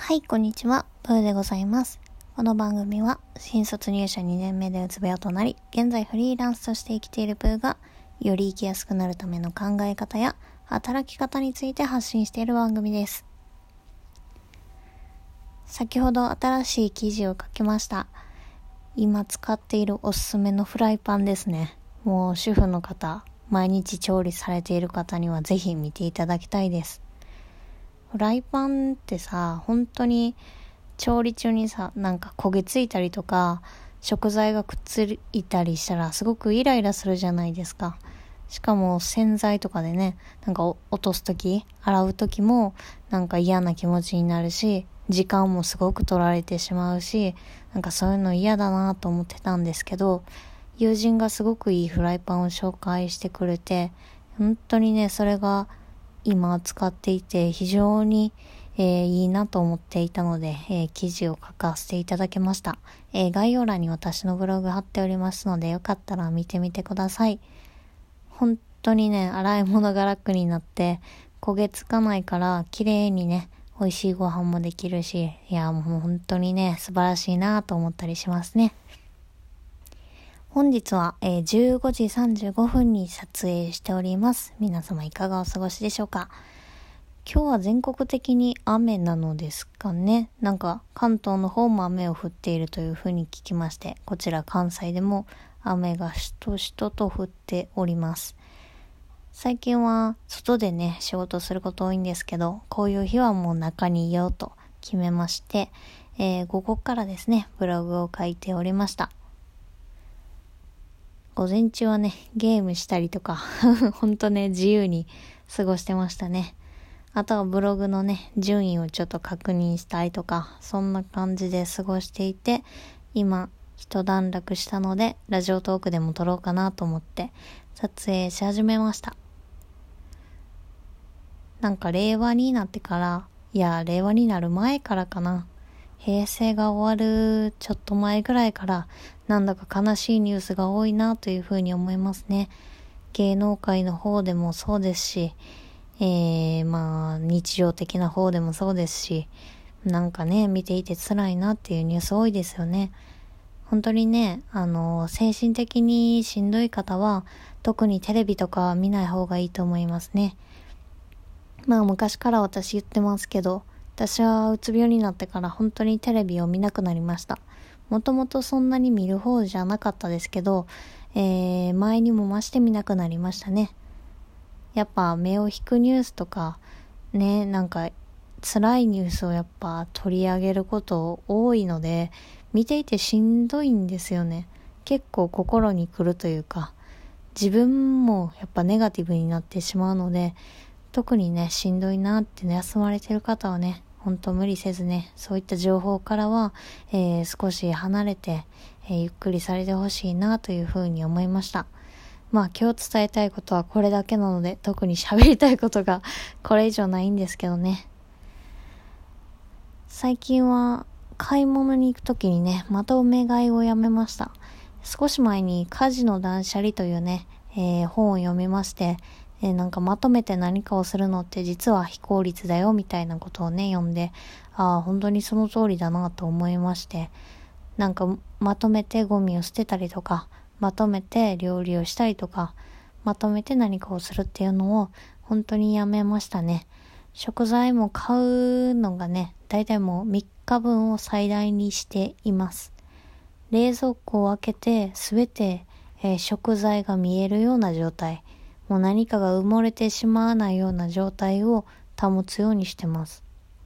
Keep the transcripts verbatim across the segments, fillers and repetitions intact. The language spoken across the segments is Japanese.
はい、こんにちは。プーでございます。この番組は新卒入社にねんめでうつ病となり、現在フリーランスとして生きているプーが、より生きやすくなるための考え方や働き方について発信している番組です。先ほど新しい記事を書きました。今使っているおすすめのフライパンですね。もう主婦の方、毎日調理されている方にはぜひ見ていただきたいです。フライパンってさ、本当に調理中にさ、なんか焦げついたりとか、食材がくっついたりしたらすごくイライラするじゃないですか。しかも洗剤とかでね、なんか落とすとき、洗うときもなんか嫌な気持ちになるし、時間もすごく取られてしまうし、なんかそういうの嫌だなと思ってたんですけど、友人がすごくいいフライパンを紹介してくれて、本当にね、それが今使っていて非常に、えー、いいなと思っていたので、えー、記事を書かせていただきました、えー、概要欄に私のブログ貼っておりますので、よかったら見てみてください。本当にね、洗い物が楽になって焦げつかないから綺麗にね、美味しいご飯もできるし、いやもう本当にね、素晴らしいなと思ったりしますね。本日は、えー、じゅうごじさんじゅうごふんに撮影しております。皆様いかがお過ごしでしょうか。今日は全国的に雨なのですかね。なんか関東の方も雨を降っているというふうに聞きまして、こちら関西でも雨がしとしとと降っております。最近は外でね、仕事すること多いんですけど、こういう日はもう中にいようと決めまして、えー、午後からですね、ブログを書いておりました。午前中はね、ゲームしたりとか、ほんとね、自由に過ごしてましたね。あとはブログのね、順位をちょっと確認したりとか、そんな感じで過ごしていて、今、一段落したので、ラジオトークでも撮ろうかなと思って、撮影し始めました。なんか令和になってから、いや、令和になる前からかな。平成が終わるちょっと前ぐらいからなんだか悲しいニュースが多いなというふうに思いますね。芸能界の方でもそうですし、えー、まあ日常的な方でもそうですし、なんかね、見ていて辛いなっていうニュース多いですよね。本当にね、あの精神的にしんどい方は特にテレビとか見ない方がいいと思いますね。まあ昔から私言ってますけど、私はうつ病になってから本当にテレビを見なくなりました。もともとそんなに見る方じゃなかったですけど、えー、前にも増して見なくなりましたね。やっぱ目を引くニュースとか、ね、なんか辛いニュースをやっぱ取り上げること多いので、見ていてしんどいんですよね。結構心に来るというか、自分もやっぱネガティブになってしまうので、特にね、しんどいなってね、休まれてる方はね、ほんと無理せずね、そういった情報からは、えー、少し離れて、えー、ゆっくりされてほしいなというふうに思いました。まあ今日伝えたいことはこれだけなので、特に喋りたいことがこれ以上ないんですけどね。最近は買い物に行くときにね、まとめ買いをやめました。少し前に家事の断捨離というね、えー、本を読みまして、えー、なんかまとめて何かをするのって実は非効率だよみたいなことをね読んで、ああ本当にその通りだなと思いまして、なんかまとめてゴミを捨てたりとか、まとめて料理をしたりとか、まとめて何かをするっていうのを本当にやめましたね。食材も買うのがね、だいたいもうみっかぶんを最大にしています。冷蔵庫を開けてすべて、えー、食材が見えるような状態、もう何かが埋もれてしまわないような状態を保つようにしてます。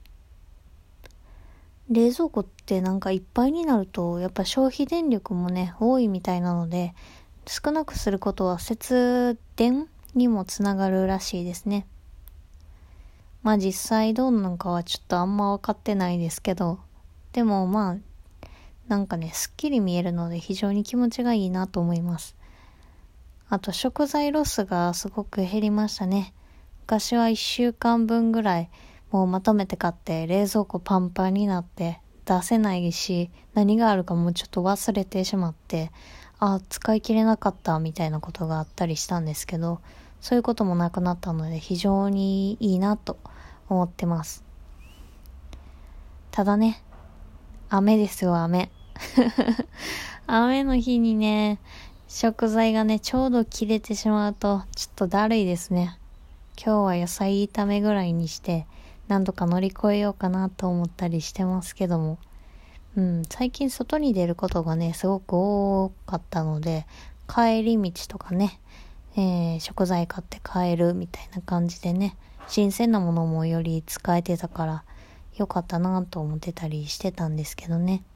冷蔵庫ってなんかいっぱいになるとやっぱ消費電力もね多いみたいなので、少なくすることは節電にもつながるらしいですね。まあ実際どうなのかはちょっとあんま分かってないですけど、でもまあなんかね、すっきり見えるので非常に気持ちがいいなと思います。あと食材ロスがすごく減りましたね。昔はいっしゅうかんぶんぐらいもうまとめて買って冷蔵庫パンパンになって出せないし、何があるかもちょっと忘れてしまって、あ、使い切れなかったみたいなことがあったりしたんですけど、そういうこともなくなったので非常にいいなと思ってます。 ただね、雨ですよ、雨。雨の日にね、食材がね、ちょうど切れてしまうと、ちょっとだるいですね。今日は野菜炒めぐらいにして、何とか乗り越えようかなと思ったりしてますけども。うん、最近外に出ることがね、すごく多かったので、帰り道とかね、えー、食材買って帰るみたいな感じでね、新鮮なものもより使えてたから、よかったなと思ってたりしてたんですけどね。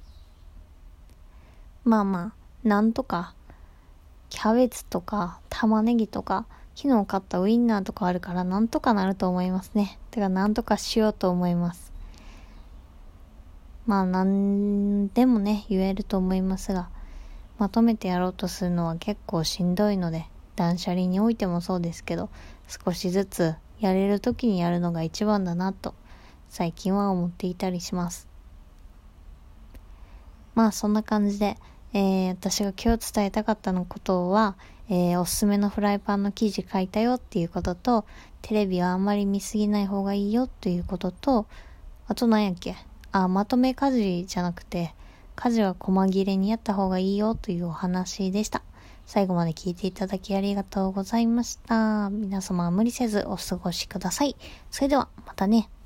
まあまあ、なんとか、キャベツとか玉ねぎとか、昨日買ったウインナーとかあるからなんとかなると思いますね。てかなんとかしようと思います。まあなんでもね、言えると思いますが、まとめてやろうとするのは結構しんどいので、断捨離においてもそうですけど、少しずつやれる時にやるのが一番だなと、最近は思っていたりします。まあそんな感じで、えー、私が今日伝えたかったのことは、えー、おすすめのフライパンの記事書いたよっていうことと、テレビはあんまり見すぎない方がいいよということと、あと何やっけ、あ、まとめ家事じゃなくて、家事は細切れにやった方がいいよというお話でした。最後まで聞いていただきありがとうございました。皆様は無理せずお過ごしください。それではまたね。